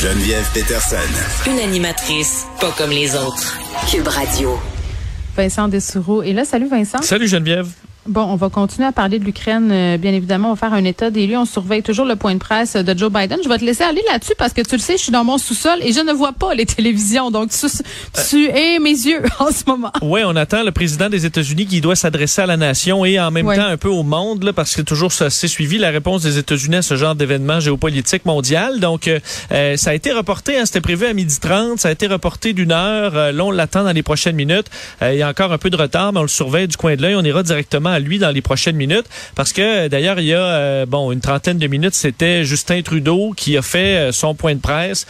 Geneviève Peterson. Une animatrice pas comme les autres. Cube Radio. Vincent Dessoureau est là. Salut Vincent. Salut Geneviève. Bon, on va continuer à parler de l'Ukraine. Bien évidemment, on va faire un état des lieux. On surveille toujours le point de presse de Joe Biden. Je vais te laisser aller là-dessus parce que tu le sais, je suis dans mon sous-sol et je ne vois pas les télévisions. Donc, tu es mes yeux en ce moment. Oui, on attend le président des États-Unis qui doit s'adresser à la nation et en même temps un peu au monde, là, parce que toujours ça s'est suivi la réponse des États-Unis à ce genre d'événement géopolitique mondial. Donc, ça a été reporté. C'était prévu à 12h30. Ça a été reporté d'1 heure. Là, on l'attend dans les prochaines minutes. Il y a encore un peu de retard, mais on le surveille du coin de l'œil. On ira directement à lui dans les prochaines minutes parce que d'ailleurs il y a une trentaine de minutes, c'était Justin Trudeau qui a fait son point de presse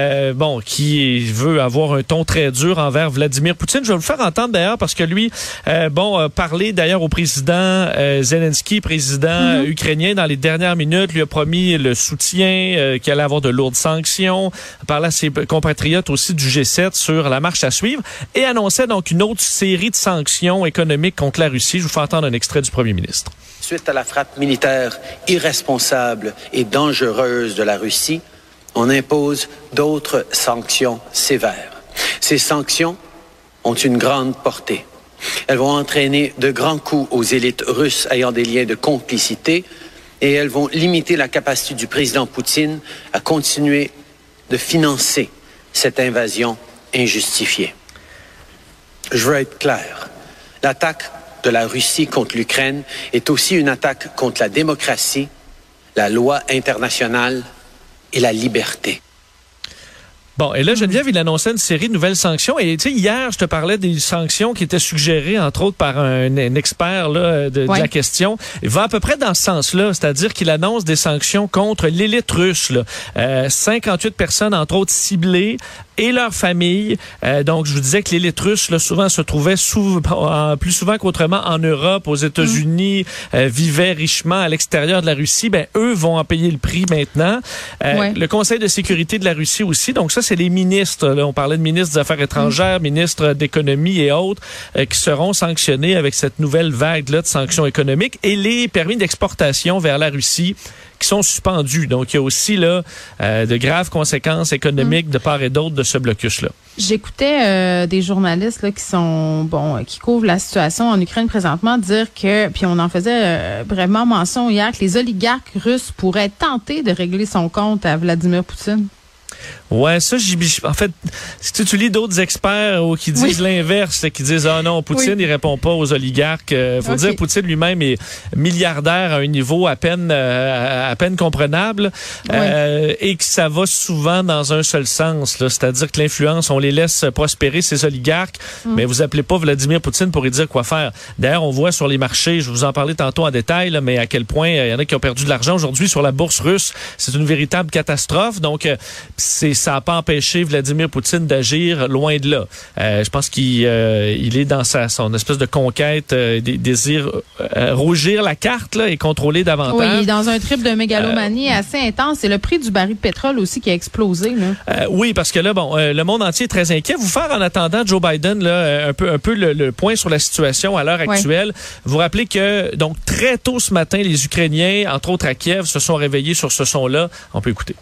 qui veut avoir un ton très dur envers Vladimir Poutine. Je vais vous le faire entendre d'ailleurs parce que lui a parlé d'ailleurs au président Zelensky, président ukrainien, dans les dernières minutes, lui a promis le soutien, qu'il allait avoir de lourdes sanctions, parlait à ses compatriotes aussi du G7 sur la marche à suivre et annonçait donc une autre série de sanctions économiques contre la Russie. Je vous fais entendre un extrait du premier ministre. Suite à la frappe militaire irresponsable et dangereuse de la Russie, on impose d'autres sanctions sévères. Ces sanctions ont une grande portée. Elles vont entraîner de grands coups aux élites russes ayant des liens de complicité et elles vont limiter la capacité du président Poutine à continuer de financer cette invasion injustifiée. Je veux être clair. L'attaque de la Russie contre l'Ukraine est aussi une attaque contre la démocratie, la loi internationale et la liberté. Bon, et là, Geneviève, il annonçait une série de nouvelles sanctions. Et tu sais, hier, je te parlais des sanctions qui étaient suggérées, entre autres, par un expert là, de la question. Il va à peu près dans ce sens-là, c'est-à-dire qu'il annonce des sanctions contre l'élite russe. 58 personnes, entre autres, ciblées et leurs familles. Donc, je vous disais que l'élite russe, là, souvent, se trouvait plus souvent qu'autrement en Europe, aux États-Unis, vivaient richement à l'extérieur de la Russie. Ben, eux vont en payer le prix maintenant. Le Conseil de sécurité de la Russie aussi. Donc, ça, c'est les ministres. Là, on parlait de ministres des Affaires étrangères, ministres d'économie et autres, qui seront sanctionnés avec cette nouvelle vague-là de sanctions économiques et les permis d'exportation vers la Russie qui sont suspendus. Donc, il y a aussi là de graves conséquences économiques de part et d'autre de ce blocus-là. J'écoutais des journalistes là, qui couvrent la situation en Ukraine présentement dire que, puis on en faisait brièvement mention hier, que les oligarques russes pourraient tenter de régler son compte à Vladimir Poutine. Ouais, ça, en fait, si tu lis d'autres experts qui disent l'inverse, qui disent, ah non, Poutine, il répond pas aux oligarques. Faut dire, Poutine lui-même est milliardaire à un niveau à peine comprenable, et que ça va souvent dans un seul sens, là. C'est-à-dire que l'influence, on les laisse prospérer, ces oligarques, mais vous appelez pas Vladimir Poutine pour lui dire quoi faire. D'ailleurs, on voit sur les marchés, je vous en parlais tantôt en détail, là, mais à quel point il y en a qui ont perdu de l'argent aujourd'hui sur la bourse russe. C'est une véritable catastrophe. Donc, ça n'a pas empêché Vladimir Poutine d'agir, loin de là. Je pense qu'il est dans son espèce de conquête, désir rougir la carte là, et contrôler davantage. Oui, il est dans un trip de mégalomanie assez intense. C'est le prix du baril de pétrole aussi qui a explosé. Là. Oui, parce que là, le monde entier est très inquiet. Vous faire en attendant, Joe Biden, là, un peu le point sur la situation à l'heure actuelle. Vous rappelez que donc très tôt ce matin, les Ukrainiens, entre autres à Kiev, se sont réveillés sur ce son-là. On peut écouter.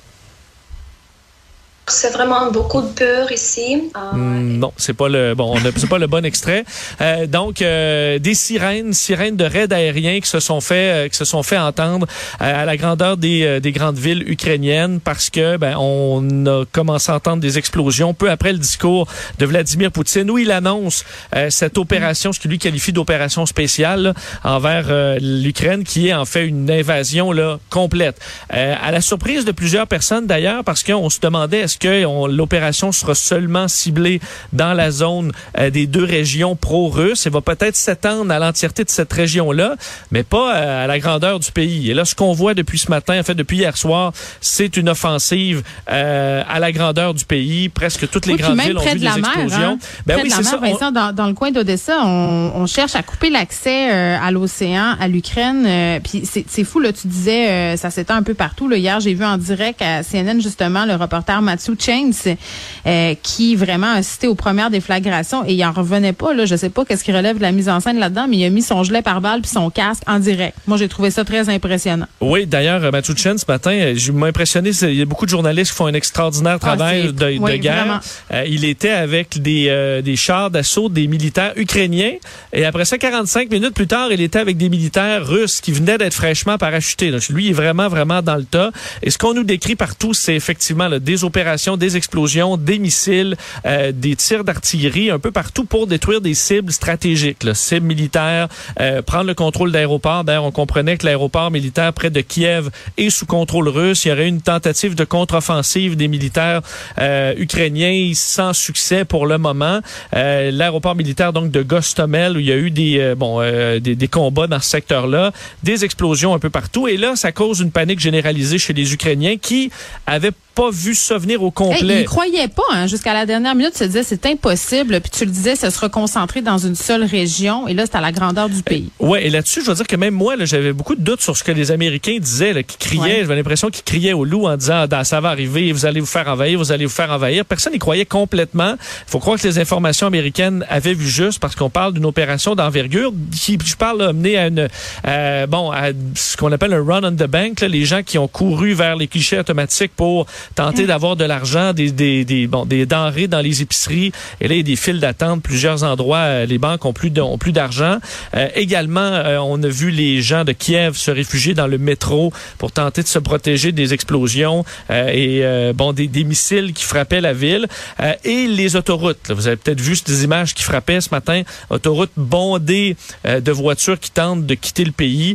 C'est vraiment beaucoup de peur ici. Non, c'est pas c'est pas le bon extrait. Donc des sirènes de raids aériens qui se sont fait entendre à la grandeur des grandes villes ukrainiennes parce que on a commencé à entendre des explosions peu après le discours de Vladimir Poutine où il annonce cette opération, ce qu'il lui qualifie d'opération spéciale là, envers l'Ukraine, qui est en fait une invasion là complète. À la surprise de plusieurs personnes d'ailleurs, parce qu'on se demandait est-ce que l'opération sera seulement ciblée dans la zone des deux régions pro-russes et va peut-être s'étendre à l'entièreté de cette région-là, mais pas à la grandeur du pays. Et là, ce qu'on voit depuis ce matin, en fait depuis hier soir, c'est une offensive à la grandeur du pays. Presque toutes les grandes villes ont vu des explosions. Près de la mer, Vincent, dans le coin d'Odessa, on cherche à couper l'accès à l'océan, à l'Ukraine. Puis c'est fou, là, tu disais, ça s'étend un peu partout. Là. Hier, j'ai vu en direct à CNN, justement, le reporter Mathieu Matthew Chains, qui vraiment a assisté aux premières déflagrations et il en revenait pas. Là, je sais pas qu'est-ce qui relève de la mise en scène là-dedans, mais il a mis son gilet pare-balles puis son casque en direct. Moi, j'ai trouvé ça très impressionnant. Oui, d'ailleurs, Matthew Chains, ce matin, je m'a impressionné. Il y a beaucoup de journalistes qui font un extraordinaire travail de guerre. Il était avec des chars d'assaut des militaires ukrainiens et après ça, 45 minutes plus tard, il était avec des militaires russes qui venaient d'être fraîchement parachutés. Donc, lui, il est vraiment, vraiment dans le tas. Et ce qu'on nous décrit partout, c'est effectivement là, des opérations, des explosions, des missiles, des tirs d'artillerie un peu partout pour détruire des cibles stratégiques, là, cibles militaires, prendre le contrôle d'aéroports. D'ailleurs, on comprenait que l'aéroport militaire près de Kiev est sous contrôle russe. Il y aurait eu une tentative de contre-offensive des militaires ukrainiens sans succès pour le moment. L'aéroport militaire donc de Gostomel où il y a eu des combats dans ce secteur-là, des explosions un peu partout. Et là, ça cause une panique généralisée chez les Ukrainiens qui avaient pas vu ça venir au complet. Ils croyaient pas, hein, jusqu'à la dernière minute, se disaient c'est impossible. Puis tu le disais, ça sera concentré dans une seule région. Et là, c'est à la grandeur du pays. Ouais, et là-dessus, je veux dire que même moi, là, j'avais beaucoup de doutes sur ce que les Américains disaient, là, qui criaient. J'avais l'impression qu'ils criaient au loup en disant ça va arriver, vous allez vous faire envahir, vous allez vous faire envahir. Personne n'y croyait complètement. Il faut croire que les informations américaines avaient vu juste parce qu'on parle d'une opération d'envergure qui, je parle, a mené à ce qu'on appelle un run on the bank, là, les gens qui ont couru vers les guichets automatiques pour tenter d'avoir de l'argent, des denrées dans les épiceries. Et là, il y a des files d'attente. Plusieurs endroits, les banques ont plus d'argent. Également, on a vu les gens de Kiev se réfugier dans le métro pour tenter de se protéger des explosions des missiles qui frappaient la ville. Et les autoroutes. Là, vous avez peut-être vu des images qui frappaient ce matin. Autoroutes bondées de voitures qui tentent de quitter le pays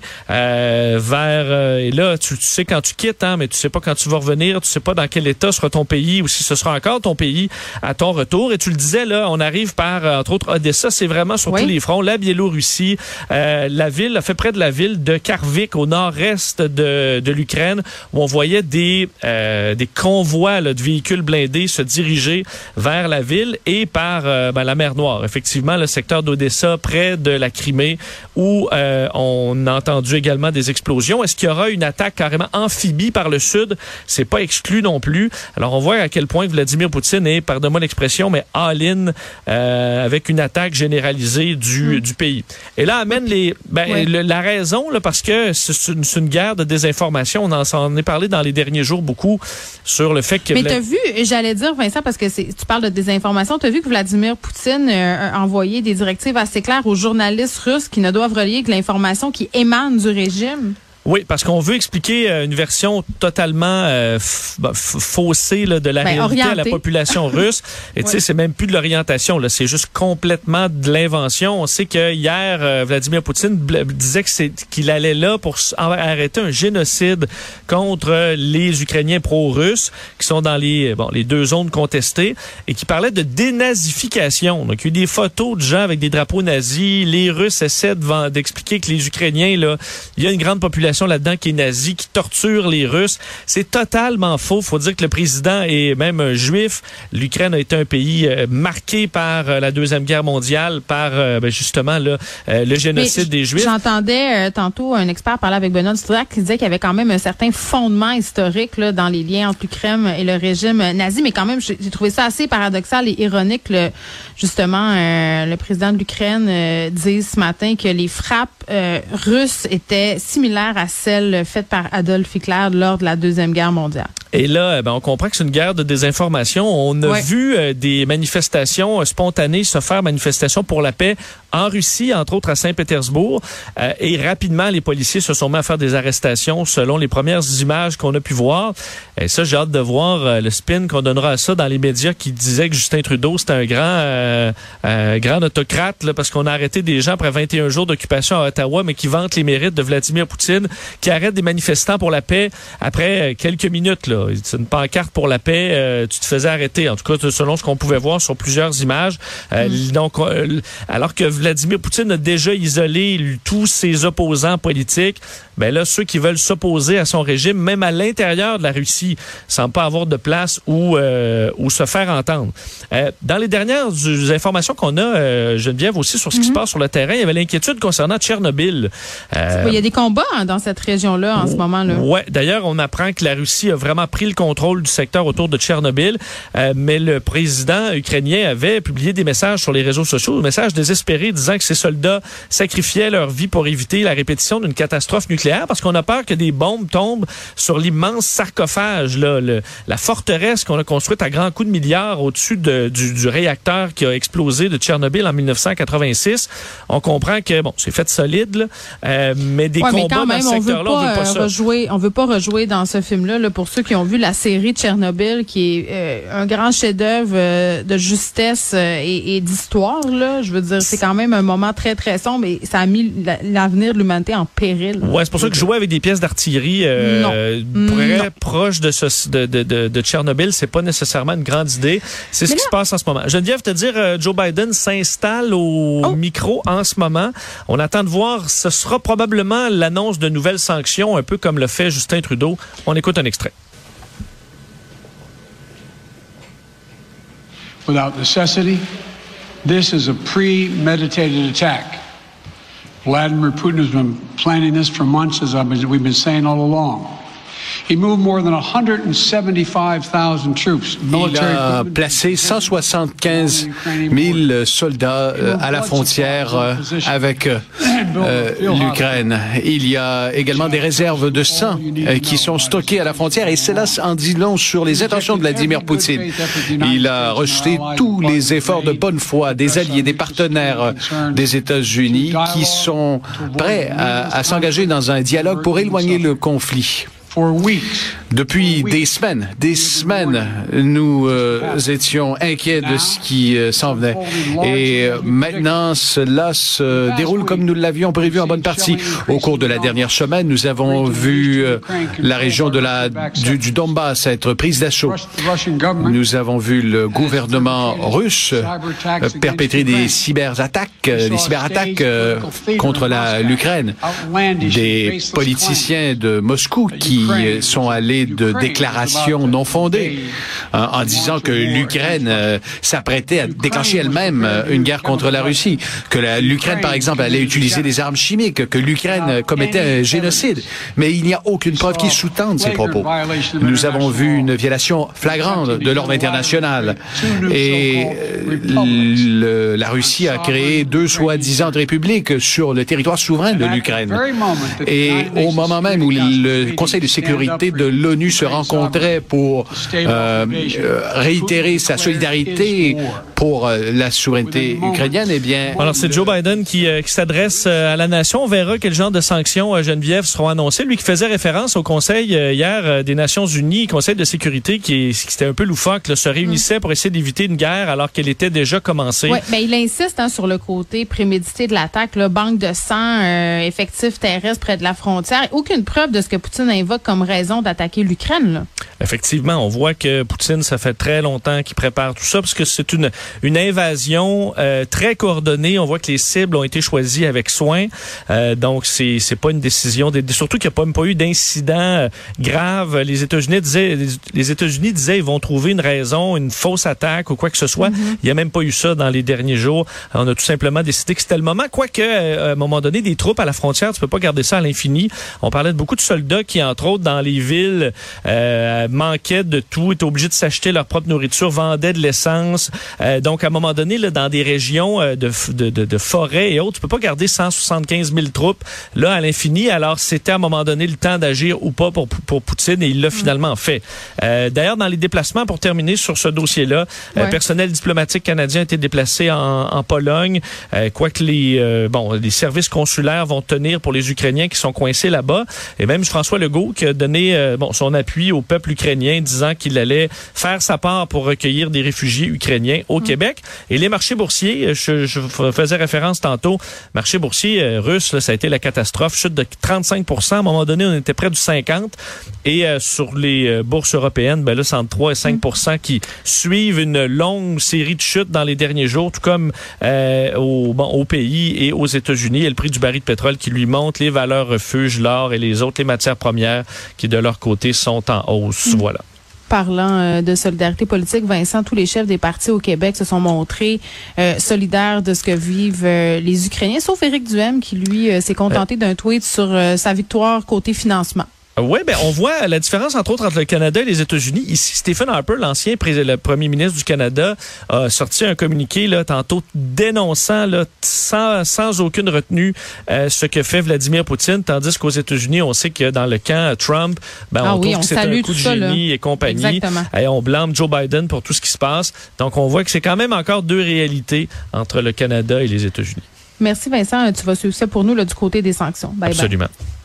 et là, tu sais quand tu quittes, hein, mais tu sais pas quand tu vas revenir. Tu sais pas dans quel état sera ton pays ou si ce sera encore ton pays à ton retour. Et tu le disais, là, on arrive par, entre autres, Odessa. C'est vraiment sur tous les fronts. La Biélorussie, la ville, fait près de la ville de Kharkiv, au nord-est de l'Ukraine, où on voyait des convois là, de véhicules blindés se diriger vers la ville et par la mer Noire. Effectivement, le secteur d'Odessa, près de la Crimée, où on a entendu également des explosions. Est-ce qu'il y aura une attaque carrément amphibie par le sud? C'est pas exclu non plus. Alors, on voit à quel point Vladimir Poutine est, pardonne-moi l'expression, mais all-in avec une attaque généralisée du pays. Et là, amène la raison, là, parce que c'est une guerre de désinformation. On en est parlé dans les derniers jours beaucoup sur le fait que... Mais t'as vu, j'allais dire, Vincent, parce que tu parles de désinformation, t'as vu que Vladimir Poutine a envoyé des directives assez claires aux journalistes russes qui ne doivent relier que l'information qui émane du régime? Oui, parce qu'on veut expliquer une version totalement faussée là, de la réalité orientée à la population russe. Et tu sais, c'est même plus de l'orientation, là, c'est juste complètement de l'invention. On sait que hier, Vladimir Poutine disait qu'il allait là pour arrêter un génocide contre les Ukrainiens pro-russes qui sont dans les deux zones contestées et qui parlait de dénazification. Donc, il y a eu des photos de gens avec des drapeaux nazis. Les Russes essaient d'expliquer que les Ukrainiens, là, il y a une grande population là-dedans qui est nazie, qui torture les Russes. C'est totalement faux. Faut dire que le président est même juif. L'Ukraine a été un pays marqué par la Deuxième Guerre mondiale, par justement là, le génocide des Juifs. J'entendais tantôt un expert parler avec Benoît Dutrisac qui disait qu'il y avait quand même un certain fondement historique là, dans les liens entre l'Ukraine et le régime nazi, mais quand même, j'ai trouvé ça assez paradoxal et ironique. Le président de l'Ukraine dit ce matin que les frappes russes étaient similaires à celle faite par Adolf Hitler lors de la Deuxième Guerre mondiale. Et là, on comprend que c'est une guerre de désinformation. On a vu des manifestations spontanées se faire manifestations pour la paix en Russie, entre autres à Saint-Pétersbourg. Et rapidement, les policiers se sont mis à faire des arrestations selon les premières images qu'on a pu voir. Et ça, j'ai hâte de voir le spin qu'on donnera à ça dans les médias qui disaient que Justin Trudeau, c'était un grand autocrate là, parce qu'on a arrêté des gens après 21 jours d'occupation à Ottawa, mais qui vantent les mérites de Vladimir Poutine, qui arrête des manifestants pour la paix après quelques minutes. Là. C'est une pancarte pour la paix. Tu te faisais arrêter, en tout cas selon ce qu'on pouvait voir sur plusieurs images. Donc, alors que Vladimir Poutine a déjà isolé tous ses opposants politiques, ben là, ceux qui veulent s'opposer à son régime, même à l'intérieur de la Russie, semblent pas avoir de place où se faire entendre. Dans les dernières informations qu'on a, Geneviève, aussi sur ce qui se passe sur le terrain, il y avait l'inquiétude concernant Tchernobyl. Il y a des combats dans cette région-là en ce moment-là. Ouais. D'ailleurs, on apprend que la Russie a vraiment vraiment pris le contrôle du secteur autour de Tchernobyl. Mais le président ukrainien avait publié des messages sur les réseaux sociaux, des messages désespérés disant que ces soldats sacrifiaient leur vie pour éviter la répétition d'une catastrophe nucléaire parce qu'on a peur que des bombes tombent sur l'immense sarcophage, là, la forteresse qu'on a construite à grands coups de milliards au-dessus du réacteur qui a explosé de Tchernobyl en 1986. On comprend que, bon, c'est fait solide, là, mais des combats dans ce secteur-là, on veut pas ça. On veut pas rejouer dans ce film-là, là, pour ceux qui ont vu la série Tchernobyl, qui est un grand chef-d'œuvre de justesse et d'histoire, là. Je veux dire, c'est quand même un moment très, très sombre et ça a mis l'avenir de l'humanité en péril. Ouais, c'est pour ça que jouer avec des pièces d'artillerie proche de Tchernobyl, c'est pas nécessairement une grande idée. C'est ce qui se passe en ce moment. Geneviève, te dire, Joe Biden s'installe au micro en ce moment. On attend de voir, ce sera probablement l'annonce de nouvelles sanctions, un peu comme le fait Justin Trudeau. On écoute un extrait. Without necessity, this is a premeditated attack. Vladimir Putin has been planning this for months, as we've been saying all along. He moved more than 175,000 troops. Il a placé 175 000 soldats à la frontière avec l'Ukraine. Il y a également des réserves de sang qui sont stockées à la frontière et cela en dit long sur les intentions de Vladimir Poutine. Il a rejeté tous les efforts de bonne foi des alliés, des partenaires des États-Unis qui sont prêts à s'engager dans un dialogue pour éloigner le conflit. Depuis des semaines, nous étions inquiets de ce qui s'en venait. Et maintenant, cela se déroule comme nous l'avions prévu en bonne partie. Au cours de la dernière semaine, nous avons vu la région du Donbass être prise d'assaut. Nous avons vu le gouvernement russe perpétrer des cyberattaques contre l'Ukraine. Des politiciens de Moscou qui sont allés de déclarations non fondées en disant que l'Ukraine s'apprêtait à déclencher elle-même une guerre contre la Russie, que l'Ukraine, par exemple, allait utiliser des armes chimiques, que l'Ukraine commettait un génocide. Mais il n'y a aucune preuve qui sous-tende ces propos. Nous avons vu une violation flagrante de l'ordre international et la Russie a créé 2 soi-disant républiques sur le territoire souverain de l'Ukraine. Et au moment même où le Conseil de sécurité de l'ONU se rencontrait pour réitérer sa solidarité pour la souveraineté ukrainienne, eh bien... Alors, c'est Joe Biden qui s'adresse à la nation. On verra quel genre de sanctions, Geneviève, seront annoncées. Lui qui faisait référence au Conseil hier des Nations Unies, Conseil de sécurité, qui était un peu loufoque, là, se réunissait pour essayer d'éviter une guerre alors qu'elle était déjà commencée. Oui, mais il insiste sur le côté prémédité de l'attaque, là, banque de sang, effectif terrestre près de la frontière. Aucune preuve de ce que Poutine invoque comme raison d'attaquer l'Ukraine, là. Effectivement, on voit que Poutine, ça fait très longtemps qu'il prépare tout ça, parce que c'est une invasion très coordonnée. On voit que les cibles ont été choisies avec soin. Donc, c'est pas une décision... Surtout qu'il n'y a pas eu d'incident grave. Les États-Unis disaient ils vont trouver une raison, une fausse attaque ou quoi que ce soit. Il n'y a même pas eu ça dans les derniers jours. On a tout simplement décidé que c'était le moment. Quoique, à un moment donné, des troupes à la frontière, tu peux pas garder ça à l'infini. On parlait de beaucoup de soldats qui, entre autres, dans les villes, manquaient de tout, étaient obligés de s'acheter leur propre nourriture, vendaient de l'essence. Donc, à un moment donné, là, dans des régions de forêt et autres, tu peux pas garder 175 000 troupes là à l'infini. Alors, c'était à un moment donné le temps d'agir ou pas pour Poutine et il l'a finalement fait. D'ailleurs, dans les déplacements, pour terminer sur ce dossier-là, personnel diplomatique canadien a été déplacé en Pologne, quoique les services consulaires vont tenir pour les Ukrainiens qui sont coincés là-bas. Et même François Legault qui a donné son appui au peuple ukrainien, disant qu'il allait faire sa part pour recueillir des réfugiés ukrainiens au Québec. Et les marchés boursiers, je faisais référence tantôt, marché boursier russe, là, ça a été la catastrophe, chute de 35%. À un moment donné, on était près du 50%. Et sur les bourses européennes, là, c'est entre 3 et 5% qui suivent une longue série de chutes dans les derniers jours, tout comme au pays et aux États-Unis. Et le prix du baril de pétrole qui lui monte, les valeurs refuges, l'or et les matières premières qui, de leur côté, sont en hausse. Voilà. Parlant de solidarité politique, Vincent, tous les chefs des partis au Québec se sont montrés solidaires de ce que vivent les Ukrainiens, sauf Éric Duhaime qui, lui, s'est contenté d'un tweet sur sa victoire côté financement. Oui, on voit la différence, entre autres, entre le Canada et les États-Unis. Ici, Stephen Harper, le premier ministre du Canada, a sorti un communiqué là, tantôt dénonçant là, sans aucune retenue ce que fait Vladimir Poutine, tandis qu'aux États-Unis, on sait que dans le camp Trump, on trouve que c'est un coup de génie et compagnie. Exactement. Et on blâme Joe Biden pour tout ce qui se passe. Donc, on voit que c'est quand même encore deux réalités entre le Canada et les États-Unis. Merci Vincent. Tu vas suivre ça pour nous là, du côté des sanctions. Bye. Absolument. Bye.